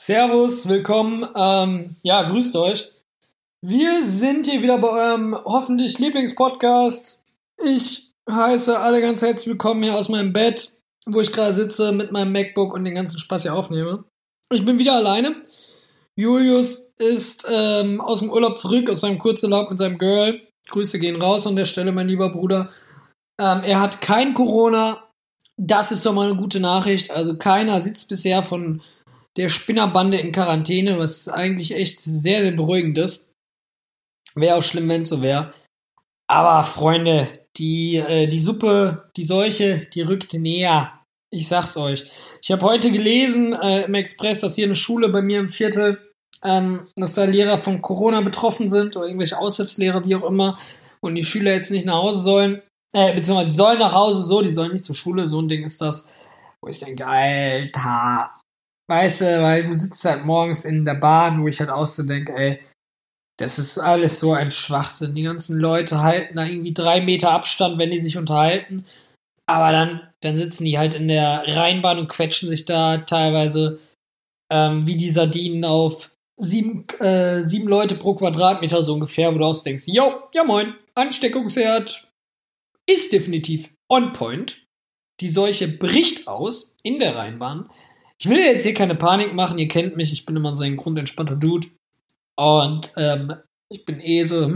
Servus, willkommen. Grüßt euch. Wir sind hier wieder bei eurem hoffentlich Lieblingspodcast. Ich heiße alle ganz herzlich willkommen hier aus meinem Bett, wo ich gerade sitze mit meinem MacBook und den ganzen Spaß hier aufnehme. Ich bin wieder alleine. Julius ist aus dem Urlaub zurück, aus seinem Kurzurlaub mit seinem Girl. Grüße gehen raus an der Stelle, mein lieber Bruder. Er hat kein Corona. Das ist doch mal eine gute Nachricht. Also keiner sitzt bisher von der Spinnerbande in Quarantäne, was eigentlich echt sehr, sehr beruhigend ist. Wäre auch schlimm, wenn es so wäre. Aber Freunde, die Suppe, die Seuche, die rückt näher. Ich sag's euch. Ich habe heute gelesen im Express, dass hier eine Schule bei mir im Viertel, dass da Lehrer von Corona betroffen sind oder irgendwelche Aushilfslehrer, wie auch immer, und die Schüler jetzt nicht nach Hause sollen. Beziehungsweise die sollen nach Hause, die sollen nicht zur Schule, so ein Ding ist das. Wo ich denke, Alter, weißt du, weil du sitzt halt morgens in der Bahn, wo ich halt auch so denke, ey, das ist alles so ein Schwachsinn. Die ganzen Leute halten da irgendwie 3 Meter Abstand, wenn die sich unterhalten. Aber dann sitzen die halt in der Rheinbahn und quetschen sich da teilweise wie die Sardinen auf 7 Leute pro Quadratmeter so ungefähr, wo du auch denkst, jo, ja moin, Ansteckungsherd ist definitiv on point. Die Seuche bricht aus in der Rheinbahn. Ich will jetzt hier keine Panik machen, ihr kennt mich, ich bin immer so ein grundentspannter Dude. Und ich bin so,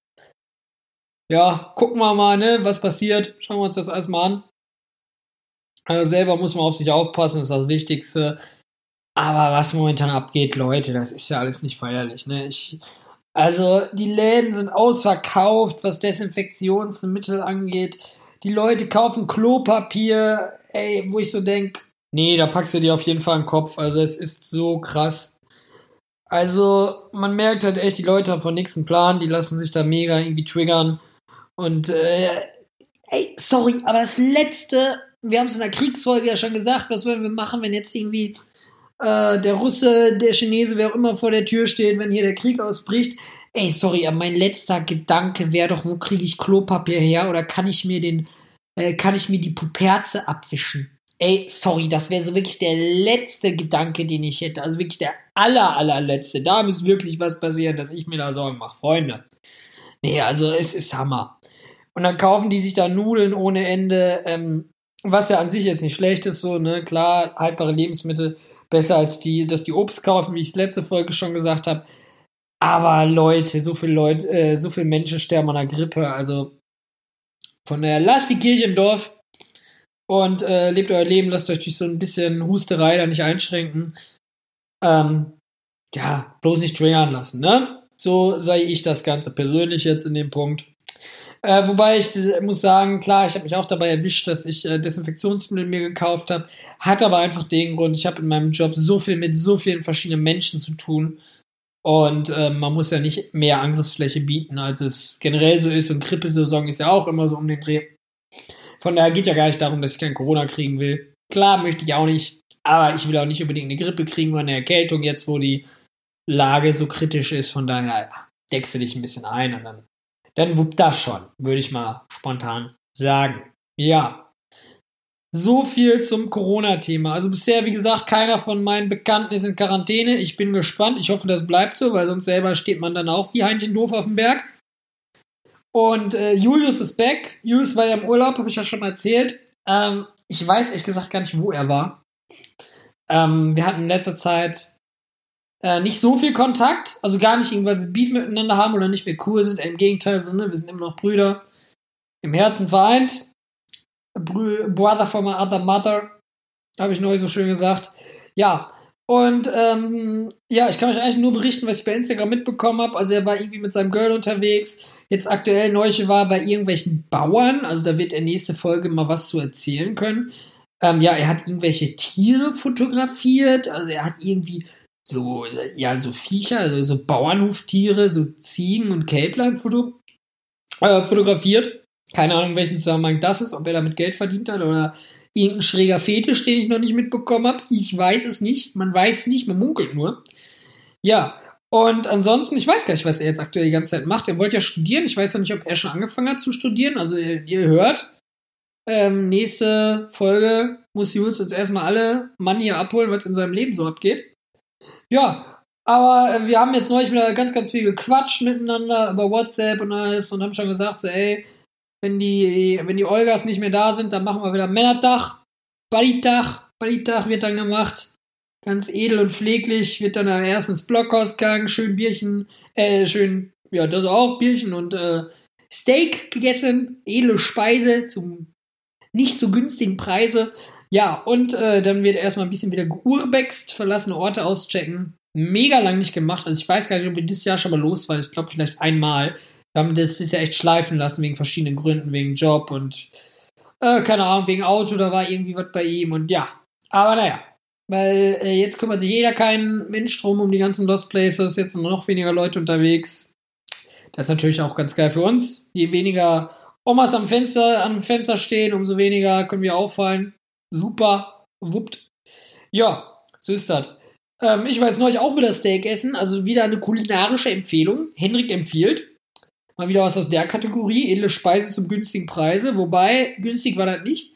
ja, gucken wir mal, ne, was passiert. Schauen wir uns das alles mal an. Selber muss man auf sich aufpassen, das ist das Wichtigste. Aber was momentan abgeht, Leute, das ist ja alles nicht feierlich, ne. Also, die Läden sind ausverkauft, was Desinfektionsmittel angeht. Die Leute kaufen Klopapier, wo ich so denke, nee, da packst du dir auf jeden Fall einen Kopf. Also, es ist so krass. Also, man merkt halt echt, die Leute haben von nichts einen Plan, die lassen sich da mega irgendwie triggern. Und, sorry, aber das Letzte, wir haben es in der Kriegsfolge ja schon gesagt, was wollen wir machen, wenn jetzt irgendwie der Russe, der Chinese, wer auch immer vor der Tür steht, wenn hier der Krieg ausbricht. Sorry, aber mein letzter Gedanke wäre doch, wo kriege ich Klopapier her oder kann ich mir die Puperze abwischen? Sorry, das wäre so wirklich der letzte Gedanke, den ich hätte. Also wirklich der allerletzte. Da muss wirklich was passieren, dass ich mir da Sorgen mache, Freunde. Nee, also es ist Hammer. Und dann kaufen die sich da Nudeln ohne Ende, was ja an sich jetzt nicht schlecht ist, so, ne, klar, haltbare Lebensmittel, besser als dass die Obst kaufen, wie ich es letzte Folge schon gesagt habe. Aber Leute, so viele Menschen sterben an der Grippe, also von daher, lasst die Kirche im Dorf und lebt euer Leben, lasst euch durch so ein bisschen Husterei da nicht einschränken. Bloß nicht triggern lassen, ne? So sei ich das Ganze persönlich jetzt in dem Punkt. Wobei ich muss sagen, klar, ich habe mich auch dabei erwischt, dass ich Desinfektionsmittel mir gekauft habe. Hat aber einfach den Grund, ich habe in meinem Job so viel mit so vielen verschiedenen Menschen zu tun. Und man muss ja nicht mehr Angriffsfläche bieten, als es generell so ist. Und Grippesaison ist ja auch immer so um den Dreh. Von daher geht ja gar nicht darum, dass ich kein Corona kriegen will. Klar, möchte ich auch nicht. Aber ich will auch nicht unbedingt eine Grippe kriegen oder eine Erkältung jetzt, wo die Lage so kritisch ist. Von daher deckst du dich ein bisschen ein und dann wuppt das schon, würde ich mal spontan sagen. Ja, so viel zum Corona-Thema. Also bisher, wie gesagt, keiner von meinen Bekannten ist in Quarantäne. Ich bin gespannt. Ich hoffe, das bleibt so, weil sonst selber steht man dann auch wie Heinchen doof auf dem Berg. Und Julius ist back. Julius war ja im Urlaub, habe ich ja schon erzählt. Ich weiß ehrlich gesagt gar nicht, wo er war. Wir hatten in letzter Zeit nicht so viel Kontakt, also gar nicht, weil wir Beef miteinander haben oder nicht mehr cool sind. Im Gegenteil, so, ne, wir sind immer noch Brüder, im Herzen vereint. Brother from my other mother, habe ich neulich so schön gesagt. Ja, und ich kann euch eigentlich nur berichten, was ich bei Instagram mitbekommen habe. Also er war irgendwie mit seinem Girl unterwegs. Jetzt aktuell neulich war bei irgendwelchen Bauern, also da wird er nächste Folge mal was zu erzählen können. Er hat irgendwelche Tiere fotografiert, also er hat irgendwie so Viecher, also so Bauernhoftiere, so Ziegen und Kälblein fotografiert. Keine Ahnung, in welchem Zusammenhang das ist, ob er damit Geld verdient hat oder irgendein schräger Fetisch, den ich noch nicht mitbekommen habe. Ich weiß es nicht. Man weiß nicht, man munkelt nur. Ja, und ansonsten, ich weiß gar nicht, was er jetzt aktuell die ganze Zeit macht. Er wollte ja studieren. Ich weiß ja nicht, ob er schon angefangen hat zu studieren. Also ihr hört, nächste Folge muss Jules uns erstmal alle Mann hier abholen, was in seinem Leben so abgeht. Ja, aber wir haben jetzt neulich wieder ganz, ganz viel gequatscht miteinander über WhatsApp und alles und haben schon gesagt, so, ey, wenn die Olgas nicht mehr da sind, dann machen wir wieder Männertag, Buddy-Tag wird dann gemacht. Ganz edel und pfleglich wird dann erst ins Blockhaus gegangen, schön Bierchen, ja, das auch, Bierchen und Steak gegessen, edle Speise zum nicht so günstigen Preise. Ja, und dann wird erstmal ein bisschen wieder geurbext, verlassene Orte auschecken. Mega lang nicht gemacht. Also ich weiß gar nicht, ob wir dieses Jahr schon mal los waren. Ich glaube vielleicht einmal. Wir haben das ja echt schleifen lassen, wegen verschiedenen Gründen, wegen Job und keine Ahnung, wegen Auto, da war irgendwie was bei ihm und ja. Aber naja, weil jetzt kümmert sich kein Mensch drum um die ganzen Lost Places, jetzt nur noch weniger Leute unterwegs. Das ist natürlich auch ganz geil für uns. Je weniger Omas am Fenster stehen, umso weniger können wir auffallen. Super, wuppt. Ja, so ist das. Ich war jetzt neulich auch wieder Steak essen, also wieder eine kulinarische Empfehlung. Henrik empfiehlt. Mal wieder was aus der Kategorie, edle Speise zum günstigen Preise, wobei, günstig war das nicht.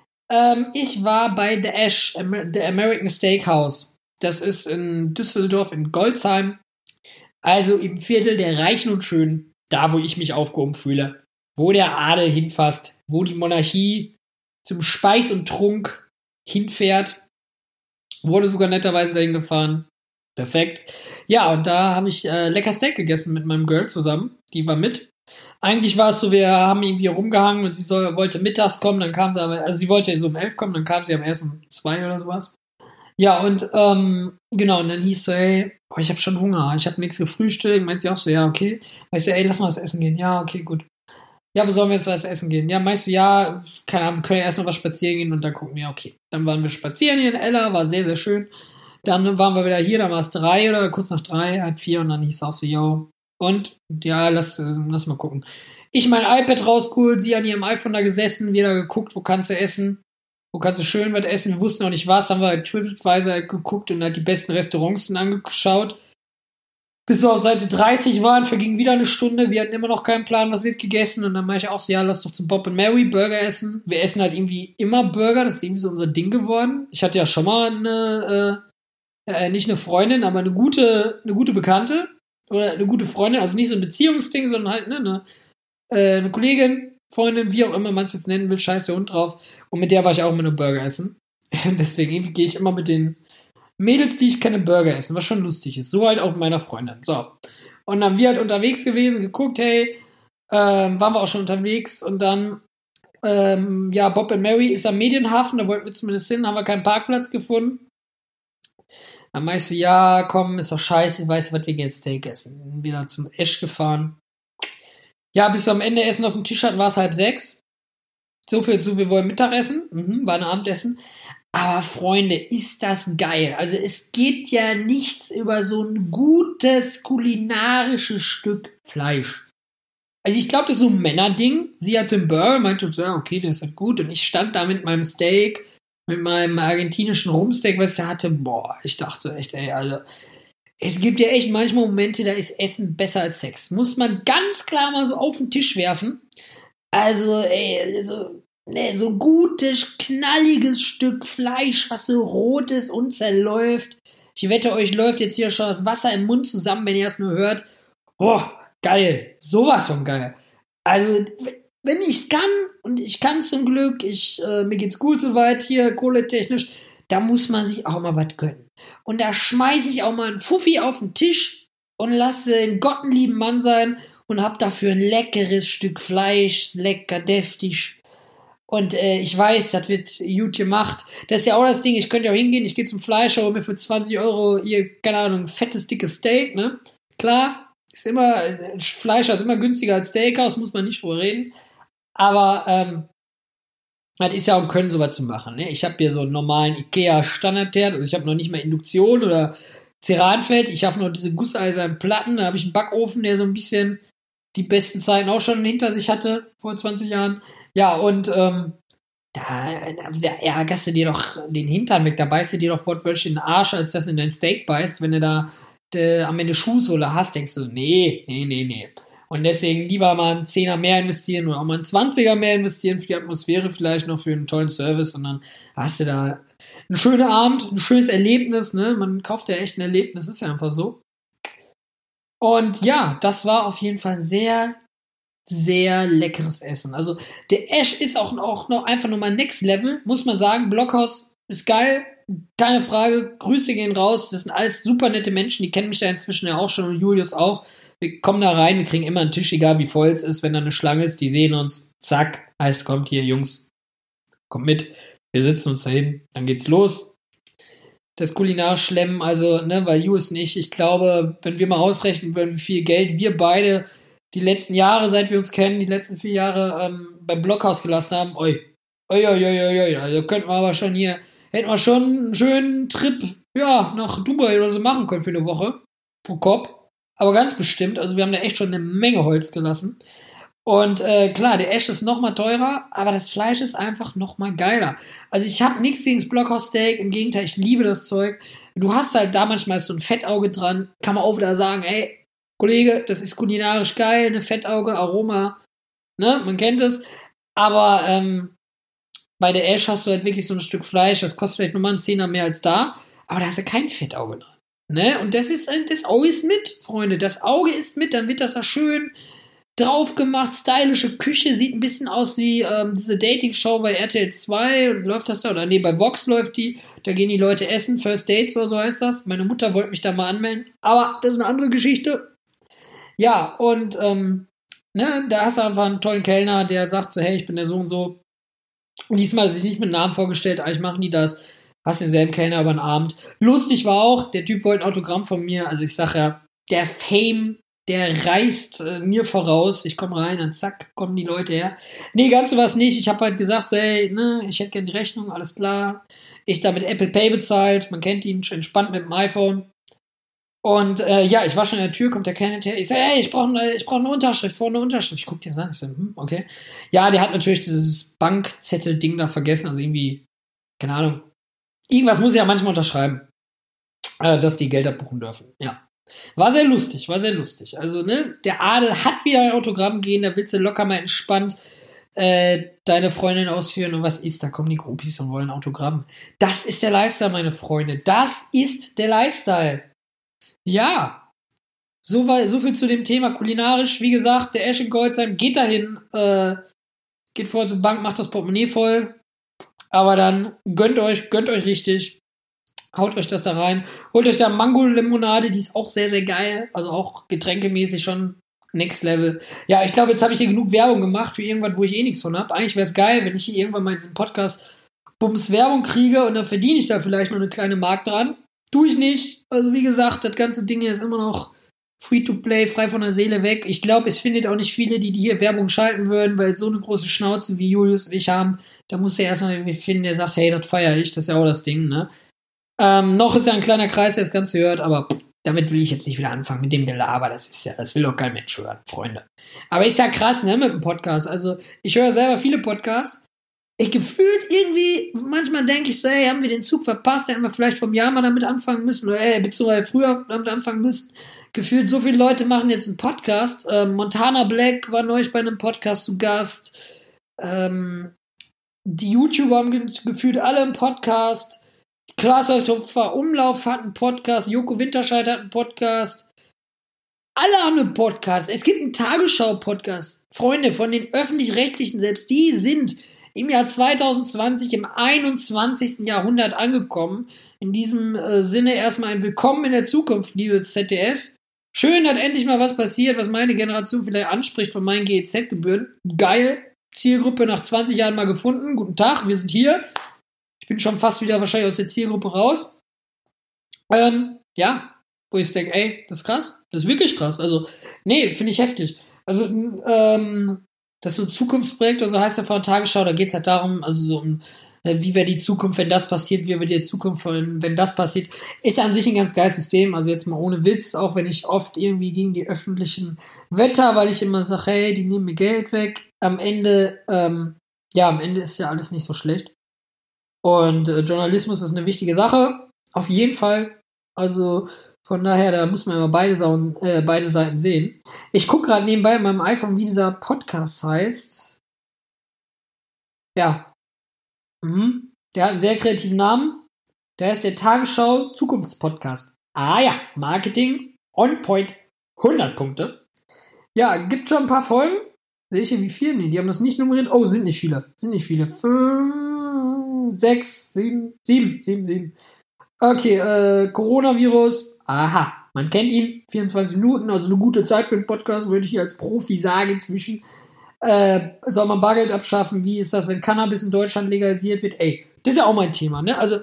Ich war bei The Ash, The American Steakhouse. Das ist in Düsseldorf, in Golzheim. Also im Viertel der Reichen und Schönen, da wo ich mich aufgehoben fühle. Wo der Adel hinfasst, wo die Monarchie zum Speis und Trunk hinfährt. Wurde sogar netterweise dahin gefahren. Perfekt. Ja, und da habe ich lecker Steak gegessen mit meinem Girl zusammen. Die war mit. Eigentlich war es so, wir haben irgendwie rumgehangen und sie wollte mittags kommen, dann kam sie aber, also sie wollte so um 11 kommen, dann kam sie am erst um 2 oder sowas. Ja, und genau, und dann hieß so, ey, ich habe schon Hunger, ich habe nichts gefrühstückt. Meint sie auch so, ja, okay. Meinst du, ey, lass mal was essen gehen. Ja, okay, gut. Ja, wo sollen wir jetzt was essen gehen? Ja, meinst du, ja, keine Ahnung, wir können ja erst noch was spazieren gehen und dann gucken wir, okay. Dann waren wir spazieren hier in Ella, war sehr, sehr schön. Dann waren wir wieder hier, dann war es 3 oder kurz nach 3, halb 4 und dann hieß es auch so, yo. Und ja, lass mal gucken. Ich mein iPad rausgeholt, sie an ihrem iPhone da gesessen, wieder geguckt, wo kannst du essen, wo kannst du schön was essen. Wir wussten auch nicht was, haben wir halt TripAdvisor geguckt und halt die besten Restaurants angeschaut. Bis wir auf Seite 30 waren, verging wieder eine Stunde, wir hatten immer noch keinen Plan, was wird gegessen und dann meinte ich auch so, ja, lass doch zum Bob and Mary Burger essen. Wir essen halt irgendwie immer Burger, das ist irgendwie so unser Ding geworden. Ich hatte ja schon mal nicht eine Freundin, aber eine gute Bekannte oder eine gute Freundin, also nicht so ein Beziehungsding, sondern halt eine Kollegin, Freundin, wie auch immer man es jetzt nennen will, scheiß der Hund drauf. Und mit der war ich auch immer nur Burger essen. Deswegen irgendwie gehe ich immer mit den Mädels, die ich kenne, Burger essen, was schon lustig ist. So halt auch mit meiner Freundin. So. Und dann wir halt unterwegs gewesen, geguckt, hey, waren wir auch schon unterwegs und dann, ja, Bob and Mary ist am Medienhafen, da wollten wir zumindest hin, haben wir keinen Parkplatz gefunden. Dann meinst du, ja, komm, ist doch scheiße, weißt du was, wir gehen jetzt Steak essen. Wieder zum Esch gefahren. Ja, bis wir am Ende Essen auf dem Tisch hatten, war es 5:30. So viel zu, wir wollen Mittagessen. War ein Abendessen. Aber Freunde, ist das geil. Also es geht ja nichts über so ein gutes kulinarisches Stück Fleisch. Also ich glaube, das ist so ein Männerding. Sie hatte einen Burger, meinte, ja, okay, der ist halt gut. Und ich stand da mit meinem Steak, mit meinem argentinischen Rumsteak, was der hatte. Boah, ich dachte so echt, ey, also es gibt ja echt manchmal Momente, da ist Essen besser als Sex. Muss man ganz klar mal so auf den Tisch werfen. Also, ey, so ein gutes, knalliges Stück Fleisch, was so rot ist und zerläuft. Ich wette, euch läuft jetzt hier schon das Wasser im Mund zusammen, wenn ihr es nur hört. Boah, geil. Sowas von geil. Also, wenn ich's kann, und ich kann zum Glück, mir geht's gut soweit hier, kohletechnisch, da muss man sich auch mal was gönnen. Und da schmeiße ich auch mal einen Fuffi auf den Tisch und lasse einen gottenlieben Mann sein und hab dafür ein leckeres Stück Fleisch, lecker, deftig. Und ich weiß, das wird gut gemacht. Das ist ja auch das Ding, ich könnte ja auch hingehen, ich gehe zum Fleischer, hole mir für 20 Euro hier, keine Ahnung, ein fettes, dickes Steak, ne? Klar, Fleischer ist immer günstiger als Steakhouse, muss man nicht drüber reden. Aber, das ist ja auch ein Können, sowas zu machen, ne? Ich habe hier so einen normalen Ikea-Standardherd, also ich habe noch nicht mal Induktion oder Ceranfeld, ich habe nur diese gusseisernen Platten, da habe ich einen Backofen, der so ein bisschen die besten Zeiten auch schon hinter sich hatte, vor 20 Jahren. Ja, und da ärgerst du dir doch den Hintern weg, da beißt du dir doch wortwörtlich in den Arsch, als das in dein Steak beißt, wenn du da am Ende Schuhsohle hast, denkst du, nee. Und deswegen lieber mal einen Zehner mehr investieren oder auch mal einen Zwanziger mehr investieren für die Atmosphäre, vielleicht noch für einen tollen Service. Und dann hast du da einen schönen Abend, ein schönes Erlebnis. Ne? Man kauft ja echt ein Erlebnis, ist ja einfach so. Und ja, das war auf jeden Fall ein sehr, sehr leckeres Essen. Also der Ash ist auch noch einfach nochmal Next Level, muss man sagen. Blockhaus ist geil, keine Frage. Grüße gehen raus. Das sind alles super nette Menschen, die kennen mich ja inzwischen ja auch schon und Julius auch. Wir kommen da rein, wir kriegen immer einen Tisch, egal wie voll es ist. Wenn da eine Schlange ist, die sehen uns, zack, Eis kommt hier, Jungs, kommt mit. Wir sitzen uns dahin, dann geht's los. Das kulinarisch Schlemmen, also, ne, weil Julius und ich glaube, wenn wir mal ausrechnen würden, wie viel Geld wir beide die letzten Jahre, seit wir uns kennen, die letzten 4 Jahre beim Blockhaus gelassen haben, also könnten wir aber schon hier, hätten wir schon einen schönen Trip, ja, nach Dubai oder so machen können für eine Woche pro Kopf. Aber ganz bestimmt, also wir haben da echt schon eine Menge Holz gelassen. Und klar, der Ash ist nochmal teurer, aber das Fleisch ist einfach nochmal geiler. Also ich habe nichts gegen das Blockhaus-Steak, im Gegenteil, ich liebe das Zeug. Du hast halt da manchmal so ein Fettauge dran, kann man auch wieder sagen, ey, Kollege, das ist kulinarisch geil, eine Fettauge, Aroma, ne, man kennt es. Aber bei der Ash hast du halt wirklich so ein Stück Fleisch, das kostet vielleicht nochmal einen Zehner mehr als da, aber da hast du kein Fettauge dran. Ne? Und das Auge ist mit, Freunde. Das Auge ist mit, dann wird das da schön drauf gemacht, stylische Küche, sieht ein bisschen aus wie diese Dating-Show bei RTL 2 und läuft das da, oder nee, bei Vox läuft die, da gehen die Leute essen, First Dates oder so heißt das. Meine Mutter wollte mich da mal anmelden, aber das ist eine andere Geschichte. Ja, und ne, da hast du einfach einen tollen Kellner, der sagt so, hey, ich bin der so und so. Und diesmal hat er sich nicht mit Namen vorgestellt, eigentlich machen die das. Hast denselben Kellner über den Abend. Lustig war auch, der Typ wollte ein Autogramm von mir. Also ich sag ja, der Fame, der reißt mir voraus. Ich komme rein und zack, kommen die Leute her. Nee, ganz so was nicht. Ich habe halt gesagt, so, hey, ne, ich hätte gerne die Rechnung, alles klar. Ich da mit Apple Pay bezahlt. Man kennt ihn, entspannt mit dem iPhone. Und ja, ich war schon in der Tür, kommt der Kellner her. Ich sage, hey, ich brauche eine Unterschrift, Ich guck dir das an. Ich sage, okay. Ja, der hat natürlich dieses Bankzettel-Ding da vergessen. Also irgendwie, keine Ahnung. Irgendwas muss ich ja manchmal unterschreiben, dass die Geld abbuchen dürfen. Ja. War sehr lustig. Also, ne, der Adel hat wieder ein Autogramm gehen, da willst du locker mal entspannt deine Freundin ausführen und was ist, da kommen die Groupies und wollen ein Autogramm. Das ist der Lifestyle, meine Freunde. Das ist der Lifestyle. Ja. So viel zu dem Thema kulinarisch. Wie gesagt, der Ash in Goldsheim geht dahin, geht vorher zur Bank, macht das Portemonnaie voll. Aber dann gönnt euch richtig. Haut euch das da rein. Holt euch da Mango-Limonade, die ist auch sehr, sehr geil. Also auch getränkemäßig schon Next Level. Ja, ich glaube, jetzt habe ich hier genug Werbung gemacht für irgendwas, wo ich eh nichts von habe. Eigentlich wäre es geil, wenn ich hier irgendwann mal in diesem Podcast Bums Werbung kriege und dann verdiene ich da vielleicht noch eine kleine Mark dran. Tue ich nicht. Also wie gesagt, das ganze Ding hier ist immer noch Free-to-Play, frei von der Seele weg. Ich glaube, es findet auch nicht viele, die hier Werbung schalten würden, weil so eine große Schnauze wie Julius und ich haben, da muss er erstmal irgendwie finden, der sagt, hey, das feiere ich, das ist ja auch das Ding, ne? Noch ist ja ein kleiner Kreis, der das Ganze hört, aber damit will ich jetzt nicht wieder anfangen mit dem Gelaber, das will doch kein Mensch hören, Freunde. Aber ist ja krass, ne, mit dem Podcast. Also, ich höre selber viele Podcasts. Ich gefühlt irgendwie, manchmal denke ich so, hey, haben wir den Zug verpasst, hätten wir vielleicht vom Jahr mal damit anfangen müssen, oder beziehungsweise früher damit anfangen müssen. Gefühlt, so viele Leute machen jetzt einen Podcast. Montana Black war neulich bei einem Podcast zu Gast. Die YouTuber haben gefühlt alle einen Podcast. Klaas Häufer Umlauf hat einen Podcast. Joko Winterscheid hat einen Podcast. Alle haben einen Podcast. Es gibt einen Tagesschau-Podcast. Freunde von den Öffentlich-Rechtlichen, selbst die sind im Jahr 2020, im 21. Jahrhundert angekommen. In diesem Sinne erstmal ein Willkommen in der Zukunft, liebes ZDF. Schön, dass endlich mal was passiert, was meine Generation vielleicht anspricht von meinen GEZ-Gebühren. Geil. Zielgruppe nach 20 Jahren mal gefunden. Guten Tag, wir sind hier. Ich bin schon fast wieder wahrscheinlich aus der Zielgruppe raus. Ja, wo ich denke, ey, das ist krass. Das ist wirklich krass. Also, nee, finde ich heftig. Also, das ist so ein Zukunftsprojekt, also heißt ja von der Tagesschau, da geht es halt darum, also so um, wie wäre die Zukunft, wenn das passiert, wie wäre die Zukunft, wenn das passiert, ist an sich ein ganz geiles System, also jetzt mal ohne Witz, auch wenn ich oft irgendwie gegen die öffentlichen wetter, weil ich immer sage, hey, die nehmen mir Geld weg, am Ende ist ja alles nicht so schlecht. Und Journalismus ist eine wichtige Sache, auf jeden Fall. Also Von daher, da muss man immer beide Seiten sehen. Ich gucke gerade nebenbei in meinem iPhone, wie dieser Podcast heißt. Ja. Der hat einen sehr kreativen Namen. Der heißt der Tagesschau Zukunftspodcast. Ah ja, Marketing on point. 100 Punkte. Ja, gibt schon ein paar Folgen. Sehe ich hier wie viele? Nee, die haben das nicht nummeriert. Oh, sind nicht viele. 5, 6, 7. Okay, Coronavirus. Aha, man kennt ihn. 24 Minuten, also eine gute Zeit für einen Podcast, würde ich hier als Profi sagen inzwischen. Soll man Bargeld abschaffen? Wie ist das, wenn Cannabis in Deutschland legalisiert wird? Ey, das ist ja auch mein Thema, ne? Also,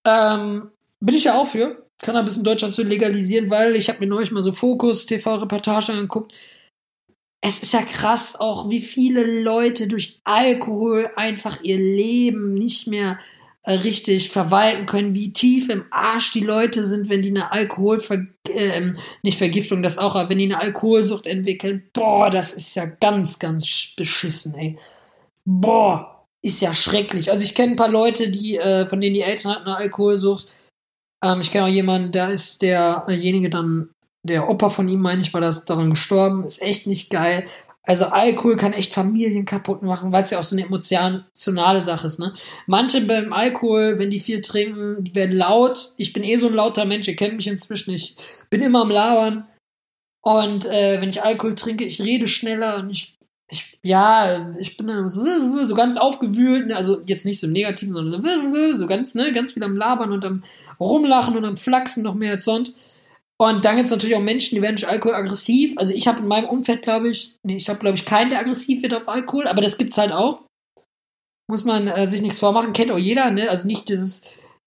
bin ich ja auch für, Cannabis in Deutschland zu legalisieren, weil ich habe mir neulich mal so Fokus-TV-Reportagen angeguckt. Es ist ja krass auch, wie viele Leute durch Alkohol einfach ihr Leben nicht mehr richtig verwalten können, wie tief im Arsch die Leute sind, wenn die eine nicht Vergiftung, das auch, aber wenn die eine Alkoholsucht entwickeln. Boah, das ist ja ganz, ganz beschissen, ey. Boah, ist ja schrecklich. Also ich kenne ein paar Leute, von denen die Eltern hatten eine Alkoholsucht. Ich kenne auch jemanden, da ist derjenige dann, der Opa von ihm, meine ich, war das daran gestorben. Ist echt nicht geil. Also Alkohol kann echt Familien kaputt machen, weil es ja auch so eine emotionale Sache ist, ne? Manche beim Alkohol, wenn die viel trinken, die werden laut. Ich bin so ein lauter Mensch, ihr kennt mich inzwischen, ich bin immer am Labern. Und wenn ich Alkohol trinke, ich rede schneller und ich bin dann so ganz aufgewühlt, ne? Also jetzt nicht so im Negativen, sondern so ganz, ne, ganz viel am Labern und am Rumlachen und am Flachsen noch mehr als sonst. Und dann gibt es natürlich auch Menschen, die werden durch Alkohol aggressiv. Also ich habe in meinem Umfeld, glaube ich keinen, der aggressiv wird auf Alkohol, aber das gibt's halt auch. Muss man sich nichts vormachen, kennt auch jeder, ne? Also nicht dieses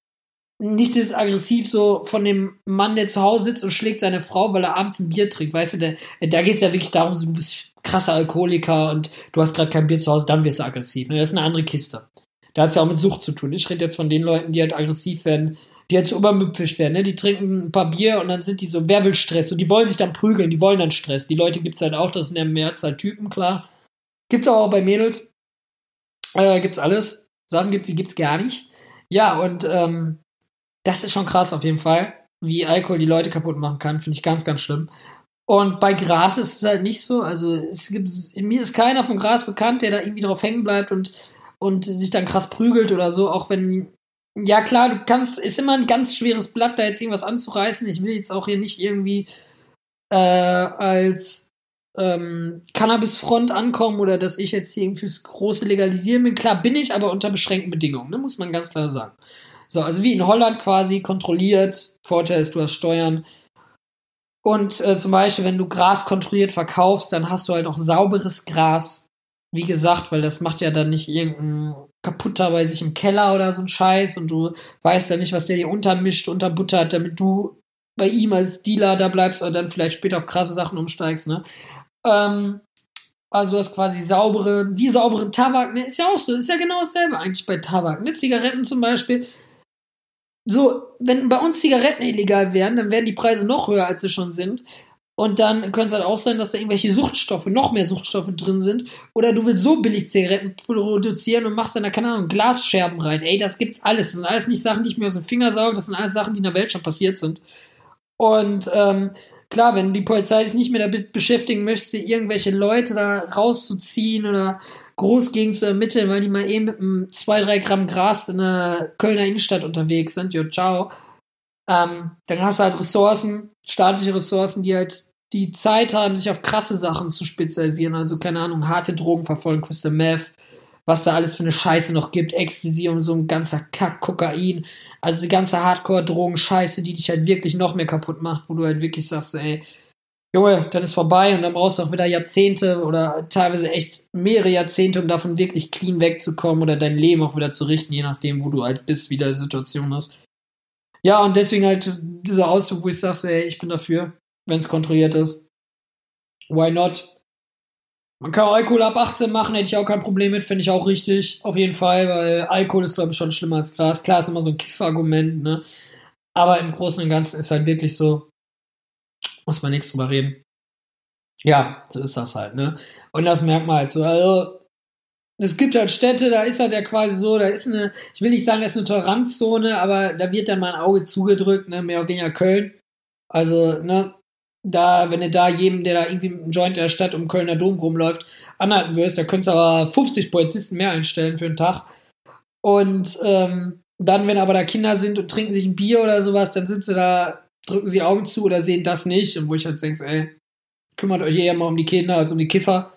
aggressiv so von dem Mann, der zu Hause sitzt und schlägt seine Frau, weil er abends ein Bier trinkt, weißt du, da geht's ja wirklich darum, so, du bist krasser Alkoholiker und du hast gerade kein Bier zu Hause, dann wirst du aggressiv. Ne? Das ist eine andere Kiste. Da hat's ja auch mit Sucht zu tun. Ich rede jetzt von den Leuten, die halt aggressiv werden, die halt so übermüpfisch werden, ne? Die trinken ein paar Bier und dann sind die so, wer will Stress? Und die wollen sich dann prügeln, die wollen dann Stress. Die Leute gibt's halt auch, das sind ja Mehrzahl Typen, klar. Gibt's auch bei Mädels. Gibt's alles. Sachen die gibt's gar nicht. Ja, und das ist schon krass auf jeden Fall, wie Alkohol die Leute kaputt machen kann. Finde ich ganz, ganz schlimm. Und bei Gras ist es halt nicht so. Also mir ist keiner vom Gras bekannt, der da irgendwie drauf hängen bleibt und sich dann krass prügelt oder so, auch wenn, ja klar, ist immer ein ganz schweres Blatt, da jetzt irgendwas anzureißen. Ich will jetzt auch hier nicht irgendwie als Cannabis-Front ankommen oder dass ich jetzt hier irgendwie fürs große Legalisieren bin. Klar bin ich, aber unter beschränkten Bedingungen, ne, muss man ganz klar sagen. So, also wie in Holland quasi kontrolliert. Vorteil ist, du hast Steuern. Und zum Beispiel, wenn du Gras kontrolliert verkaufst, dann hast du halt auch sauberes Gras. Wie gesagt, weil das macht ja dann nicht irgendein Kaputter bei sich im Keller oder so ein Scheiß und du weißt ja nicht, was der dir unterbuttert, damit du bei ihm als Dealer da bleibst oder dann vielleicht später auf krasse Sachen umsteigst, ne? Also du hast quasi sauberen Tabak, ne? Ist ja auch so, ist ja genau dasselbe eigentlich bei Tabak, ne? Zigaretten zum Beispiel. So, wenn bei uns Zigaretten illegal wären, dann wären die Preise noch höher, als sie schon sind. Und dann könnte es halt auch sein, dass da irgendwelche noch mehr Suchtstoffe drin sind. Oder du willst so billig Zigaretten produzieren und machst dann da, keine Ahnung, Glasscherben rein. Ey, das gibt's alles. Das sind alles nicht Sachen, die ich mir aus dem Finger sauge. Das sind alles Sachen, die in der Welt schon passiert sind. Und klar, wenn die Polizei sich nicht mehr damit beschäftigen möchte, irgendwelche Leute da rauszuziehen oder groß gegen zu ermitteln, weil die mal eben mit einem 2-3 Gramm Gras in der Kölner Innenstadt unterwegs sind, jo, ciao. Dann hast du halt staatliche Ressourcen, die halt die Zeit haben, sich auf krasse Sachen zu spezialisieren. Also, keine Ahnung, harte Drogen verfolgen, Crystal Meth, was da alles für eine Scheiße noch gibt, Ecstasy und so ein ganzer Kack, Kokain. Also die ganze Hardcore-Drogen-Scheiße, die dich halt wirklich noch mehr kaputt macht, wo du halt wirklich sagst, so, ey, Junge, dann ist vorbei und dann brauchst du auch wieder Jahrzehnte oder teilweise echt mehrere Jahrzehnte, um davon wirklich clean wegzukommen oder dein Leben auch wieder zu richten, je nachdem, wo du halt bist, wie deine Situation ist. Ja, und deswegen halt dieser Ausdruck, wo ich sage, so, ey, ich bin dafür, wenn es kontrolliert ist. Why not? Man kann auch Alkohol ab 18 machen, hätte ich auch kein Problem mit, finde ich auch richtig, auf jeden Fall, weil Alkohol ist, glaube ich, schon schlimmer als Gras. Klar, ist immer so ein Kifferargument, ne? Aber im Großen und Ganzen ist halt wirklich so, muss man nichts drüber reden. Ja, so ist das halt, ne? Und das merkt man halt so, also, es gibt halt Städte, da ist halt ja quasi so, da ist ich will nicht sagen, da ist eine Toleranzzone, aber da wird dann mal ein Auge zugedrückt, ne? Mehr oder weniger Köln. Also, ne, wenn du da jedem, der da irgendwie mit einem Joint in der Stadt um Kölner Dom rumläuft, anhalten wirst, da könntest du aber 50 Polizisten mehr einstellen für einen Tag. Und dann, wenn aber da Kinder sind und trinken sich ein Bier oder sowas, dann sind sie da, drücken sie Augen zu oder sehen das nicht. Und wo ich halt denke, ey, kümmert euch eher mal um die Kinder als um die Kiffer.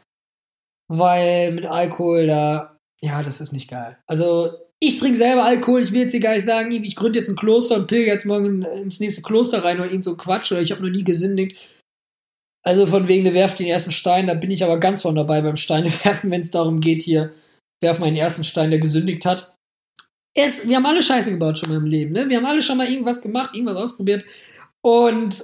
Weil mit Alkohol ja, das ist nicht geil. Also, ich trinke selber Alkohol, ich will jetzt hier gar nicht sagen, ich gründe jetzt ein Kloster und pilger jetzt morgen ins nächste Kloster rein oder irgend so Quatsch, oder ich habe noch nie gesündigt. Also von wegen, werft den ersten Stein, da bin ich aber ganz von dabei beim Steine werfen, wenn es darum geht, hier, werf mal den ersten Stein, der gesündigt hat. Wir haben alle Scheiße gebaut schon mal im Leben, ne? Wir haben alle schon mal irgendwas gemacht, irgendwas ausprobiert. Und,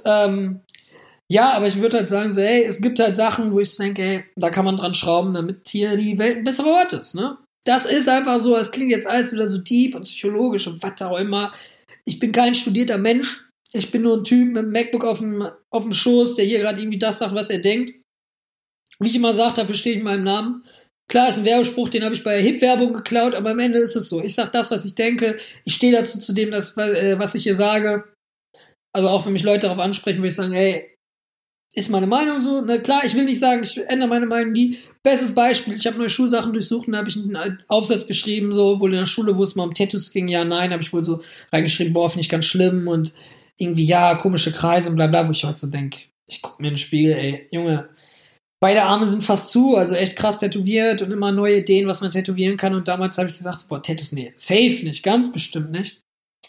ja, aber ich würde halt sagen, so, ey, es gibt halt Sachen, wo ich denke, ey, da kann man dran schrauben, damit hier die Welt ein besserer Ort ist, ne? Das ist einfach so, es klingt jetzt alles wieder so deep und psychologisch und was auch immer. Ich bin kein studierter Mensch. Ich bin nur ein Typ mit einem MacBook auf dem Schoß, der hier gerade irgendwie das sagt, was er denkt. Wie ich immer sage, dafür stehe ich in meinem Namen. Klar, ist ein Werbespruch, den habe ich bei Hip-Werbung geklaut, aber am Ende ist es so. Ich sage das, was ich denke. Ich stehe dazu zu dem, was ich hier sage. Also auch wenn mich Leute darauf ansprechen, würde ich sagen, hey, ist meine Meinung so, ne? Klar, ich will nicht sagen, ich ändere meine Meinung nie. Bestes Beispiel, ich habe neue Schulsachen durchsucht und da habe ich einen Aufsatz geschrieben, so, wohl in der Schule, wo es mal um Tattoos ging, ja, nein, habe ich wohl so reingeschrieben, boah, finde ich ganz schlimm und irgendwie, ja, komische Kreise und bla bla, wo ich heute so denke, ich gucke mir in den Spiegel, ey, Junge, beide Arme sind fast zu, also echt krass tätowiert und immer neue Ideen, was man tätowieren kann und damals habe ich gesagt, boah, Tattoos, nee, safe nicht, ganz bestimmt nicht.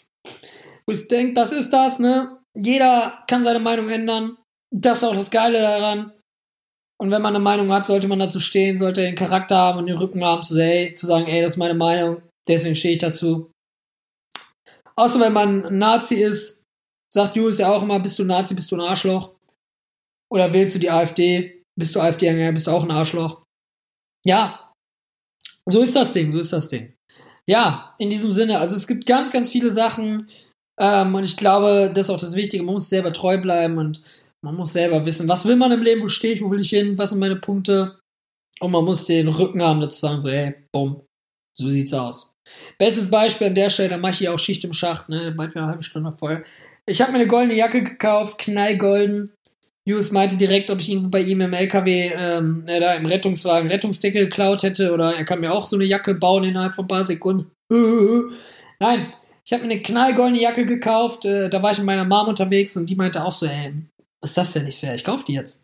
Wo ich denke, das ist das, ne? Jeder kann seine Meinung ändern. Das ist auch das Geile daran. Und wenn man eine Meinung hat, sollte man dazu stehen, sollte den Charakter haben und den Rücken haben, zu sagen, ey, das ist meine Meinung, deswegen stehe ich dazu. Außer wenn man ein Nazi ist, sagt Julius ja auch immer, bist du ein Nazi, bist du ein Arschloch. Oder wählst du die AfD, bist du AfD-Anhänger, bist du auch ein Arschloch. Ja, so ist das Ding. Ja, in diesem Sinne, also es gibt ganz, ganz viele Sachen und ich glaube, das ist auch das Wichtige, man muss selber treu bleiben und man muss selber wissen, was will man im Leben, wo stehe ich, wo will ich hin, was sind meine Punkte und man muss den Rücken haben, dazu sagen, so, hey, bumm, so sieht's aus. Bestes Beispiel an der Stelle, da mache ich hier auch Schicht im Schacht, ne, bald wieder eine halbe Stunde voll. Ich habe mir eine goldene Jacke gekauft, knallgolden. Julius meinte direkt, ob ich ihn bei ihm im LKW, da im Rettungswagen Rettungsdeckel geklaut hätte oder er kann mir auch so eine Jacke bauen innerhalb von ein paar Sekunden. Nein, ich habe mir eine knallgoldene Jacke gekauft, da war ich mit meiner Mom unterwegs und die meinte auch so, ey, was ist das denn? Ich so, ja, ich kauf die jetzt.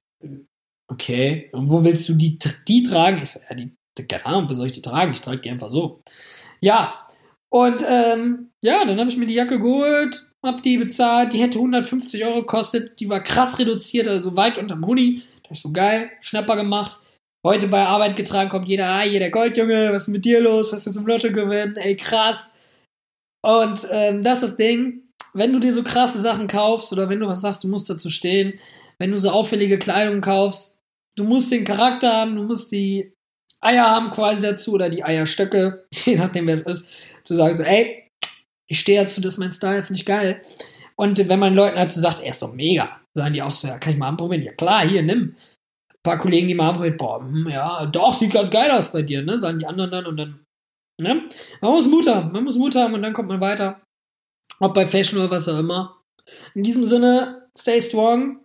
Okay, und wo willst du die tragen? Ich so, ja, keine Ahnung, wo soll ich die tragen? Ich trage die einfach so. Ja, und ja, dann habe ich mir die Jacke geholt, hab die bezahlt, die hätte 150 € gekostet, die war krass reduziert, also weit unterm Huni. Da ist so geil, Schnapper gemacht. Heute bei Arbeit getragen, kommt jeder, hier der Goldjunge, was ist mit dir los? Hast du jetzt im Lotto gewinnen? Ey, krass. Und das ist das Ding, wenn du dir so krasse Sachen kaufst oder wenn du was sagst, du musst dazu stehen, wenn du so auffällige Kleidung kaufst, du musst den Charakter haben, du musst die Eier haben quasi dazu oder die Eierstöcke, je nachdem wer es ist, zu sagen so, ey, ich stehe dazu, das ist mein Style, finde ich geil. Und wenn man Leuten halt so sagt, er ist doch mega, sagen die auch so, ja, kann ich mal anprobieren? Ja klar, hier, nimm. Ein paar Kollegen, die mal anprobieren, boah, ja, doch, sieht ganz geil aus bei dir, ne, sagen die anderen dann und dann, ne. Man muss Mut haben und dann kommt man weiter. Ob bei Fashion oder was auch immer. In diesem Sinne, stay strong.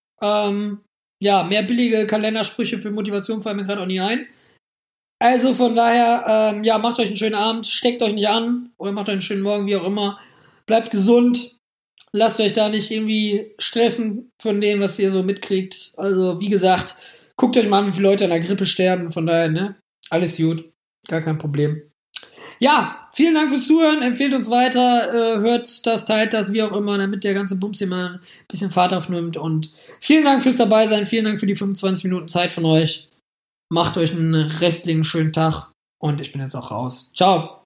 Ja, mehr billige Kalendersprüche für Motivation fallen mir gerade auch nie ein. Also von daher, ja, macht euch einen schönen Abend, steckt euch nicht an oder macht euch einen schönen Morgen, wie auch immer. Bleibt gesund. Lasst euch da nicht irgendwie stressen von dem, was ihr so mitkriegt. Also, wie gesagt, guckt euch mal an, wie viele Leute an der Grippe sterben. Von daher, ne, alles gut. Gar kein Problem. Ja, vielen Dank fürs Zuhören, empfehlt uns weiter, hört das, teilt das, wie auch immer, damit der ganze Bums hier mal ein bisschen Fahrt aufnimmt und vielen Dank fürs Dabeisein, vielen Dank für die 25 Minuten Zeit von euch, macht euch einen restlichen schönen Tag und ich bin jetzt auch raus. Ciao.